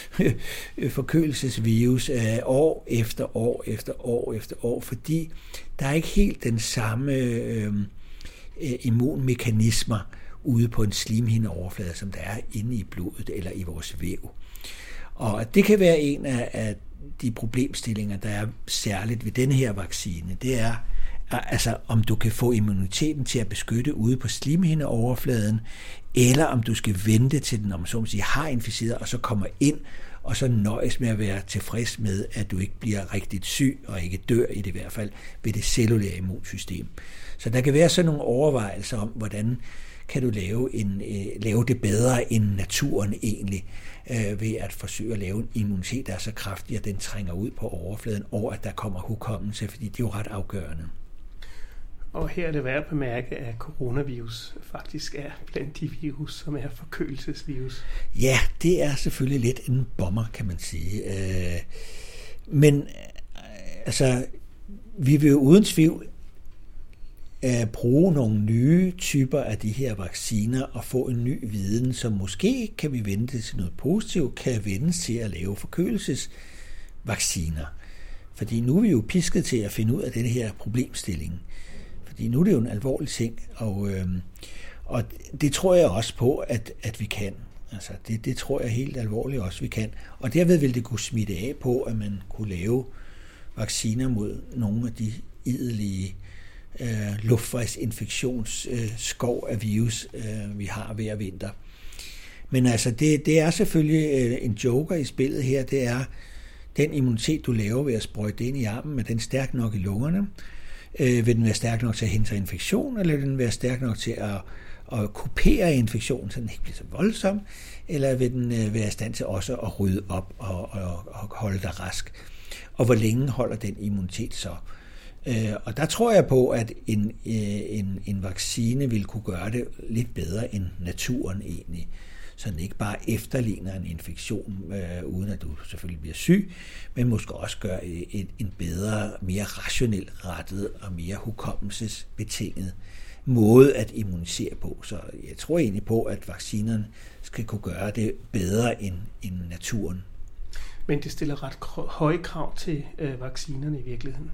forkølelsesvirus år efter år efter år efter år, fordi der er ikke helt den samme øh, immunmekanismer ude på en slimhindeoverflade, som der er inde i blodet eller i vores væv. Og det kan være en af, af de problemstillinger, der er særligt ved denne her vaccine. Det er, altså, om du kan få immuniteten til at beskytte ude på slimhindeoverfladen, eller om du skal vente til den, om så man siger, har inficeret, og så kommer ind, og så nøjes med at være tilfreds med, at du ikke bliver rigtig syg, og ikke dør i det i hvert fald, ved det cellulære immunsystem. Så der kan være sådan nogle overvejelser om, hvordan kan du lave, en, øh, lave det bedre end naturen egentlig, øh, ved at forsøge at lave en immunitet, der er så kraftig, at den trænger ud på overfladen, og at der kommer hukommelse, fordi det er jo ret afgørende. Og her er det værd at bemærke, at coronavirus faktisk er blandt de virus, som er forkølelsesvirus. Ja, det er selvfølgelig lidt en bomber, kan man sige. Øh, men altså, vi vil jo uden tvivl at bruge nogle nye typer af de her vacciner og få en ny viden, som måske kan vi vente til noget positivt, kan vendes til at lave forkølelsesvacciner. Fordi nu er vi jo pisket til at finde ud af den her problemstilling. Fordi nu er det jo en alvorlig ting, og, øh, og det tror jeg også på, at, at vi kan. Altså det, det tror jeg helt alvorligt også, vi kan. Og derved vil det kunne smitte af på, at man kunne lave vacciner mod nogle af de idelige Øh, luftvejsinfektionsskov øh, af virus, øh, vi har hver vinter. Men altså, det, det er selvfølgelig øh, en joker i spillet her, det er den immunitet, du laver ved at sprøjte ind i armen, er den stærk nok i lungerne? Øh, vil den være stærk nok til at hindre infektion, eller vil den være stærk nok til at, at kupere infektionen, så den ikke bliver så voldsom, eller vil den øh, være i stand til også at rydde op og, og, og holde dig rask? Og hvor længe holder den immunitet så? Og der tror jeg på, at en, en, en vaccine vil kunne gøre det lidt bedre end naturen egentlig. Så den ikke bare efterligner en infektion, øh, uden at du selvfølgelig bliver syg, men måske også gør en, en bedre, mere rationelt rettet og mere hukommelsesbetinget måde at immunisere på. Så jeg tror egentlig på, at vaccinerne skal kunne gøre det bedre end, end naturen. Men det stiller ret høje krav til øh, vaccinerne i virkeligheden.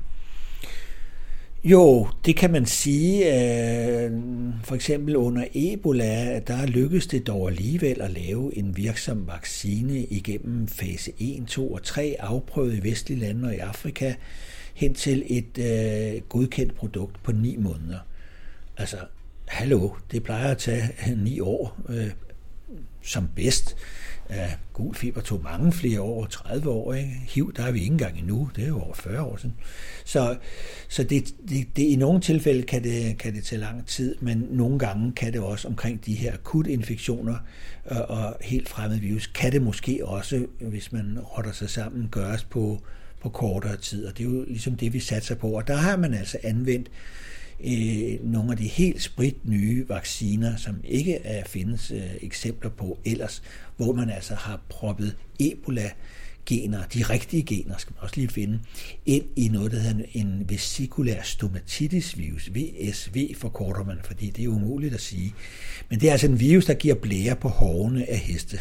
Jo, det kan man sige. For eksempel under Ebola, der lykkedes det dog alligevel at lave en virksom vaccine igennem fase et, to og tre, afprøvet i vestlige lande og i Afrika, hen til et øh, godkendt produkt på ni måneder. Altså, hallo, det plejer at tage ni år øh, som bedst. Ja, gul feber tog mange flere år, tredive år, ikke? H I V, der er vi ikke engang endnu, det er jo over fyrre år siden. Så, så det, det, det, i nogle tilfælde kan det, kan det tage lang tid, men nogle gange kan det også omkring de her akutte infektioner og, og helt fremmede virus, kan det måske også, hvis man rotter sig sammen, gøres på, på kortere tid, og det er jo ligesom det, vi satser på. Og der har man altså anvendt øh, nogle af de helt sprit nye vacciner, som ikke er, findes øh, eksempler på ellers, hvor man altså har proppet Ebola-gener, de rigtige gener, skal man også lige finde, ind i noget, der hedder en vesikulær stomatitis-virus, V S V forkorter man, fordi det er umuligt at sige. Men det er altså en virus, der giver blære på hovene af heste.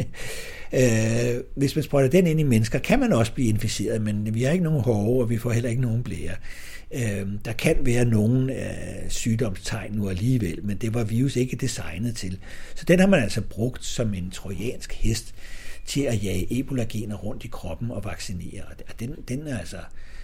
øh, hvis man sprøjter den ind i mennesker, kan man også blive inficeret, men vi har ikke nogen hove, og vi får heller ikke nogen blære. Øh, der kan være nogle øh, sygdomstegn nu alligevel, men det var virus ikke designet til. Så den har man altså brugt som en trojansk hest til at jage Ebola-gener rundt i kroppen og vaccinere. Og den, den er altså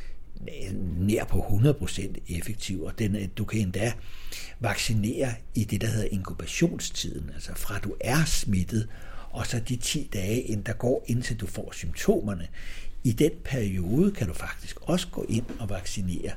nær på hundrede procent effektiv, og den, du kan endda vaccinere i det, der hedder inkubationstiden, altså fra du er smittet, og så de ti dage, inden der går, indtil du får symptomerne. I den periode kan du faktisk også gå ind og vaccinere.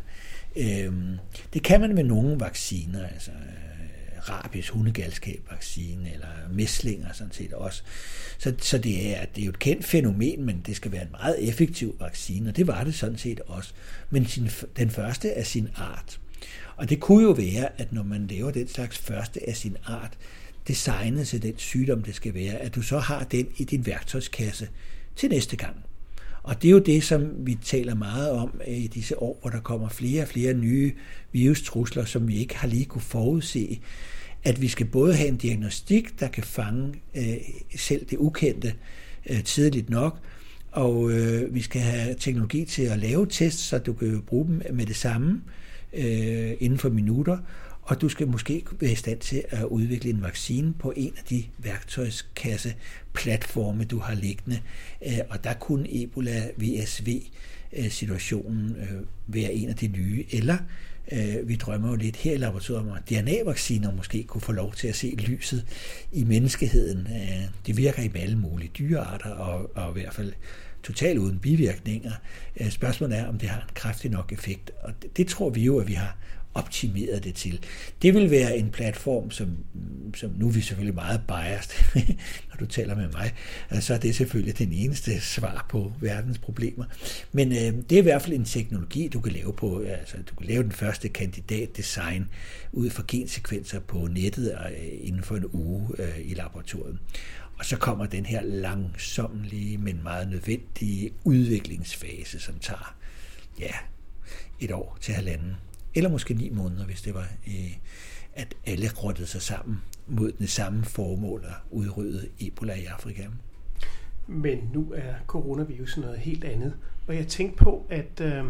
Det kan man med nogle vacciner, altså rabies, hundegalskab-vaccine eller mæslinger sådan set også. Så, så det, er, det er jo et kendt fænomen, men det skal være en meget effektiv vaccine, og det var det sådan set også. Men sin, den første af sin art. Og det kunne jo være, at når man laver den slags første af sin art, designet til den sygdom, det skal være, at du så har den i din værktøjskasse til næste gang. Og det er jo det, som vi taler meget om i disse år, hvor der kommer flere og flere nye virustrusler, som vi ikke har lige kunne forudse. At vi skal både have en diagnostik, der kan fange øh, selv det ukendte øh, tidligt nok, og øh, vi skal have teknologi til at lave tests, så du kan bruge dem med det samme øh, inden for minutter, og du skal måske være i stand til at udvikle en vaccine på en af de værktøjskasse-platforme, du har liggende. Og der kunne Ebola-V S V-situationen være en af de nye. Eller vi drømmer jo lidt her i laboratoriet om, at D N A-vacciner måske kunne få lov til at se lyset i menneskeheden. Det virker i alle mulige dyrearter, og, og i hvert fald totalt uden bivirkninger. Spørgsmålet er, om det har en kraftig nok effekt. Og det, det tror vi jo, at vi har optimeret det til. Det vil være en platform, som, som nu er vi selvfølgelig meget biased, når du taler med mig, så er det selvfølgelig den eneste svar på verdens problemer. Men øh, det er i hvert fald en teknologi, du kan lave på, altså du kan lave den første kandidatdesign ud fra gensekvenser på nettet øh, inden for en uge øh, i laboratoriet. Og så kommer den her langsommelige, men meget nødvendige udviklingsfase, som tager ja, et år til halvanden. Eller måske ni måneder, hvis det var, øh, at alle rottede sig sammen mod det samme formål at udrydde Ebola i Afrika. Men nu er coronavirus noget helt andet. Og jeg tænkte på, at øh,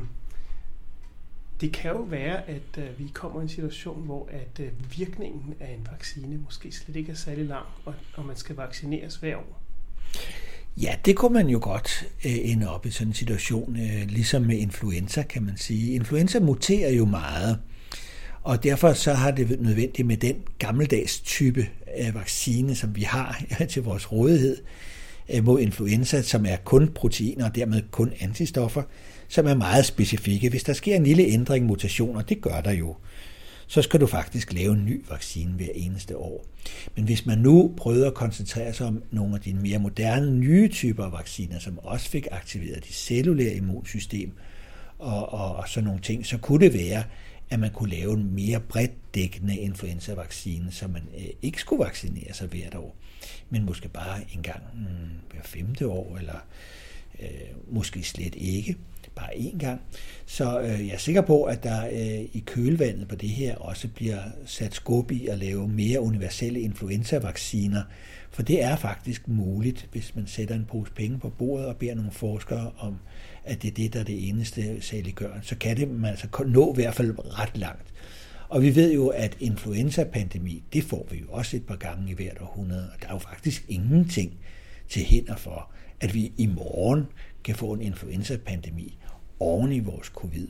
det kan jo være, at øh, vi kommer i en situation, hvor at øh, virkningen af en vaccine måske slet ikke er særlig lang, og, og man skal vaccineres hver år. Ja, det kunne man jo godt øh, ende op i sådan en situation, øh, ligesom med influenza, kan man sige. Influenza muterer jo meget, og derfor så har det nødvendigt med den gammeldags type af vaccine, som vi har til vores rådighed øh, mod influenza, som er kun proteiner og dermed kun antistoffer, som er meget specifikke. Hvis der sker en lille ændring, mutationer, det gør der jo, så skal du faktisk lave en ny vaccine hver eneste år. Men hvis man nu prøver at koncentrere sig om nogle af de mere moderne, nye typer af vacciner, som også fik aktiveret det cellulære immunsystem og, og, og sådan nogle ting, så kunne det være, at man kunne lave en mere bredt dækkende influenza-vaccine, så man øh, ikke skulle vaccinere sig hvert år, men måske bare en gang mm, hver femte år, eller øh, måske slet ikke. Bare én gang. Så øh, jeg er sikker på, at der øh, i kølvandet på det her også bliver sat skub i at lave mere universelle influenza-vacciner, for det er faktisk muligt, hvis man sætter en pose penge på bordet og beder nogle forskere om, at det er det, der er det eneste saliggørende, så kan det man altså nå i hvert fald ret langt. Og vi ved jo, at influenza-pandemi, det får vi jo også et par gange i hvert århundrede, og der er jo faktisk ingenting til hinder for, at vi i morgen kan få en influenza-pandemi oven i vores covid.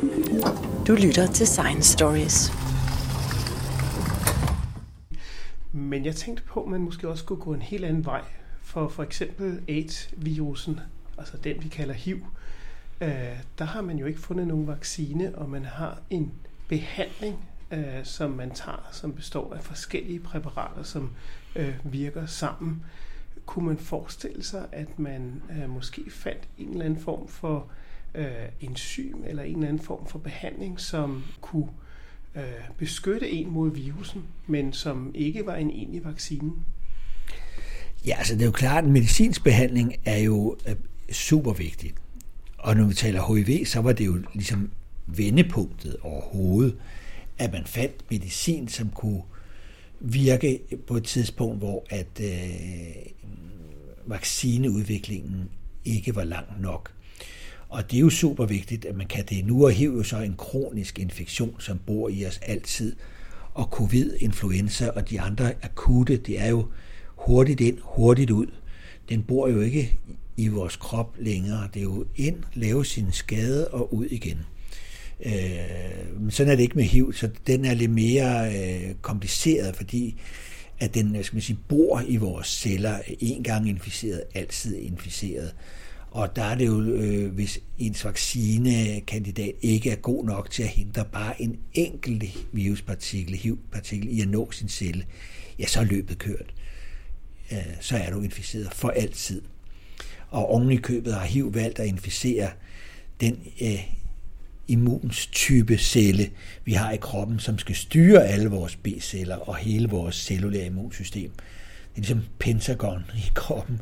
Du lytter til Science Stories. Men jeg tænkte på, at man måske også skulle gå en helt anden vej. For for eksempel AIDS-virusen, altså den vi kalder H I V, øh, der har man jo ikke fundet nogen vaccine, og man har en behandling, øh, som man tager, som består af forskellige præparater, som øh, virker sammen. Kunne man forestille sig, at man øh, måske fandt en eller anden form for øh, enzym eller en eller anden form for behandling, som kunne øh, beskytte en mod virusen, men som ikke var en egentlig vaccine? Ja, altså det er jo klart, at medicinsk behandling er jo super vigtigt. Og når vi taler H I V, så var det jo ligesom vendepunktet overhovedet, at man fandt medicin, som kunne virke på et tidspunkt, hvor at øh, vaccineudviklingen ikke var lang nok. Og det er jo super vigtigt, at man kan det. Nu er H I V jo så en kronisk infektion, som bor i os altid. Og covid, influenza og de andre akutte, det er jo hurtigt ind, hurtigt ud. Den bor jo ikke i vores krop længere. Det er jo ind, lave sin skade og ud igen. Øh, men sådan er det ikke med H I V, så den er lidt mere øh, kompliceret, fordi at den skal man sige, bor i vores celler, en gang inficeret, altid inficeret. Og der er det jo, øh, hvis ens vaccinekandidat ikke er god nok til at hindre bare en enkelt viruspartikel, H I V-partikel, i at nå sin celle, ja, så er løbet kørt. Øh, så er du inficeret for altid. Og oven i købet har H I V valgt at inficere den øh, immunstype celle, vi har i kroppen, som skal styre alle vores B-celler og hele vores cellulære immunsystem. Det er ligesom Pentagon i kroppen.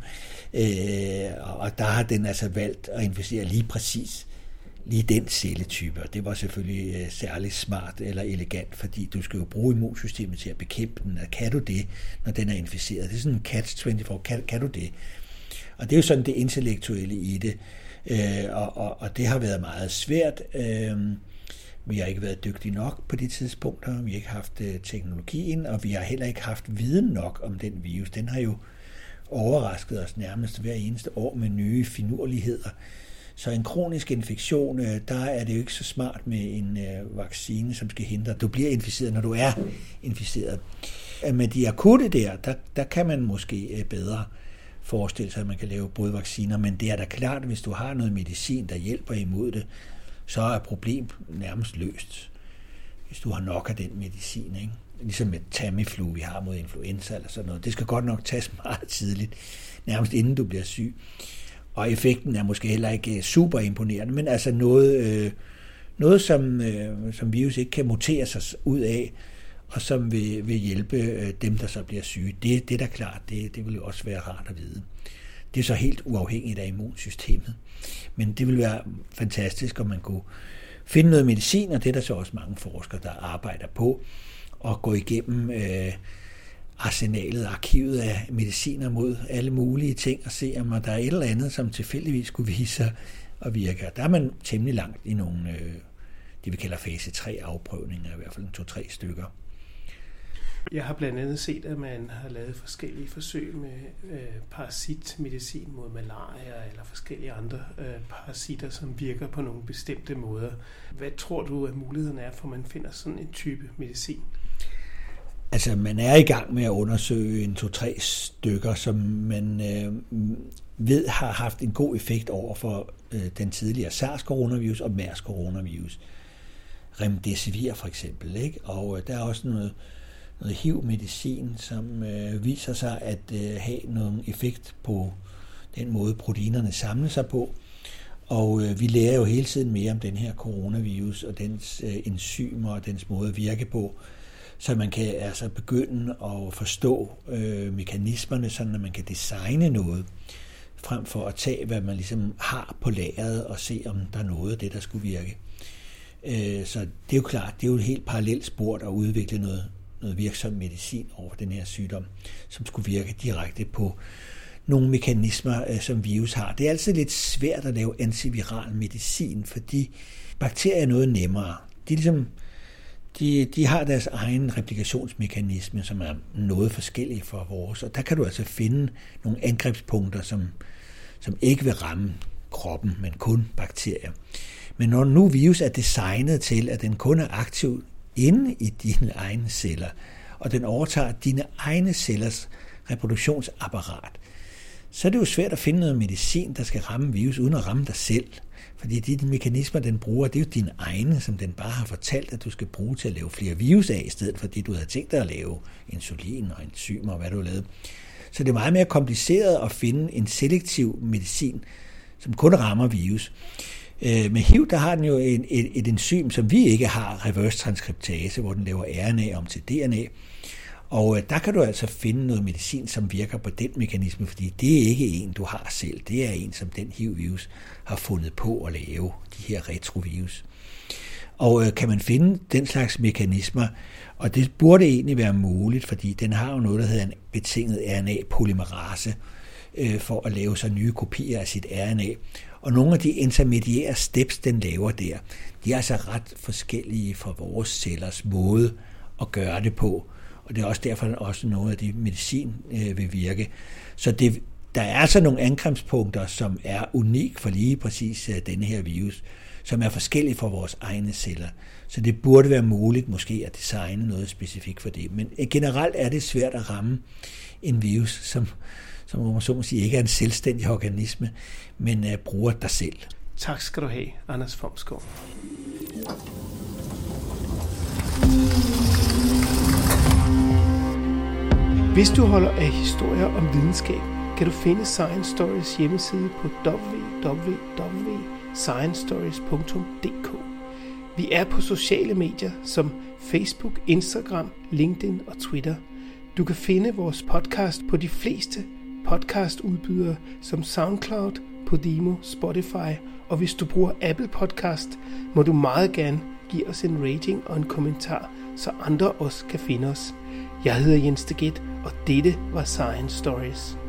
Øh, og der har den altså valgt at inficere lige præcis lige den celletype. Og det var selvfølgelig øh, særlig smart eller elegant, fordi du skal jo bruge immunsystemet til at bekæmpe den. Og kan du det, når den er inficeret? Det er sådan en catch twenty-four. Kan, kan du det? Og det er jo sådan det intellektuelle i det. Øh, og, og, og det har været meget svært. Øh, vi har ikke været dygtige nok på de tidspunkter. Vi har ikke haft øh, teknologien, og vi har heller ikke haft viden nok om den virus. Den har jo overrasket os nærmest hver eneste år med nye finurligheder. Så en kronisk infektion, øh, der er det jo ikke så smart med en øh, vaccine, som skal hindre, at du bliver inficeret, når du er inficeret. Med de akutte der, der, der kan man måske øh, bedre forestille sig, at man kan lave brudvacciner, men det er da klart, at hvis du har noget medicin, der hjælper imod det, så er problemet nærmest løst, hvis du har nok af den medicin, ikke? Ligesom med Tamiflu, vi har mod influenza eller sådan noget. Det skal godt nok tages meget tidligt, nærmest inden du bliver syg. Og effekten er måske heller ikke super imponerende, men altså noget, øh, noget som, øh, som virus ikke kan mutere sig ud af, og som vil, vil hjælpe øh, dem, der så bliver syge. Det, det er da klart, det, det vil jo også være rart at vide. Det er så helt uafhængigt af immunsystemet. Men det vil være fantastisk, om man kunne finde noget medicin, og det er der så også mange forskere, der arbejder på, og gå igennem øh, arsenalet, arkivet af mediciner mod alle mulige ting, og se, om der er et eller andet, som tilfældigvis kunne vise sig at virke. Der er man temmelig langt i nogle, øh, det vi kalder fase tre afprøvninger, i hvert fald to-tre stykker. Jeg har blandt andet set, at man har lavet forskellige forsøg med øh, parasitmedicin mod malaria eller forskellige andre øh, parasitter, som virker på nogle bestemte måder. Hvad tror du, at muligheden er for, at man finder sådan en type medicin? Altså, man er i gang med at undersøge en to-tre stykker, som man øh, ved har haft en god effekt over for øh, den tidligere SARS-coronavirus og MERS-coronavirus. Remdesivir for eksempel, ikke? Og øh, der er også noget noget H I V-medicin, som øh, viser sig at øh, have nogen effekt på den måde, proteinerne samler sig på. Og øh, vi lærer jo hele tiden mere om den her coronavirus og dens øh, enzymer og dens måde at virke på, så man kan altså begynde at forstå øh, mekanismerne, sådan at man kan designe noget, frem for at tage, hvad man ligesom har på lageret og se, om der er noget af det, der skulle virke. Øh, så det er jo klart, det er jo et helt parallelt spor at udvikle noget noget virksom medicin over den her sygdom, som skulle virke direkte på nogle mekanismer, som virus har. Det er altid lidt svært at lave antiviral medicin, fordi bakterier er noget nemmere. De, ligesom, de, de har deres egen replikationsmekanisme, som er noget forskellige fra vores, og der kan du altså finde nogle angrebspunkter, som, som ikke vil ramme kroppen, men kun bakterier. Men når nu virus er designet til, at den kun er aktiv inde i dine egne celler, og den overtager dine egne cellers reproduktionsapparat, så er det jo svært at finde noget medicin, der skal ramme virus, uden at ramme dig selv. Fordi de mekanismer, den bruger, det er jo dine egne, som den bare har fortalt, at du skal bruge til at lave flere virus af, i stedet for det, du havde tænkt dig at lave insulin og enzymer og hvad du har lavet. Så det er meget mere kompliceret at finde en selektiv medicin, som kun rammer virus. Med H I V, der har den jo et, et, et enzym, som vi ikke har, reverse transkriptase, hvor den laver R N A om til D N A. Og der kan du altså finde noget medicin, som virker på den mekanisme, fordi det er ikke en, du har selv. Det er en, som den H I V-virus har fundet på at lave, de her retrovirus. Og kan man finde den slags mekanismer, og det burde egentlig være muligt, fordi den har jo noget, der hedder en betinget R N A-polymerase, øh, for at lave så nye kopier af sit R N A. Og nogle af de intermediære steps, den laver der, de er altså ret forskellige fra vores cellers måde at gøre det på. Og det er også derfor, at også noget af de medicin øh, vil virke. Så det, der er altså nogle angrebspunkter, som er unik for lige præcis øh, denne her virus, som er forskellige fra vores egne celler. Så det burde være muligt måske at designe noget specifikt for det. Men øh, generelt er det svært at ramme en virus, som, som man så må sige, ikke er en selvstændig organisme, men øh, bruger dig selv. Tak skal du have, Anders Fomsgaard. Hvis du holder af historier om videnskab, kan du finde Science Stories hjemmeside på w w w punktum science stories punktum d k. Vi er på sociale medier som Facebook, Instagram, LinkedIn og Twitter. Du kan finde vores podcast på de fleste podcastudbydere som SoundCloud, Podimo, Spotify, og hvis du bruger Apple Podcast, må du meget gerne give os en rating og en kommentar, så andre også kan finde os. Jeg hedder Jens Deget, og dette var Science Stories.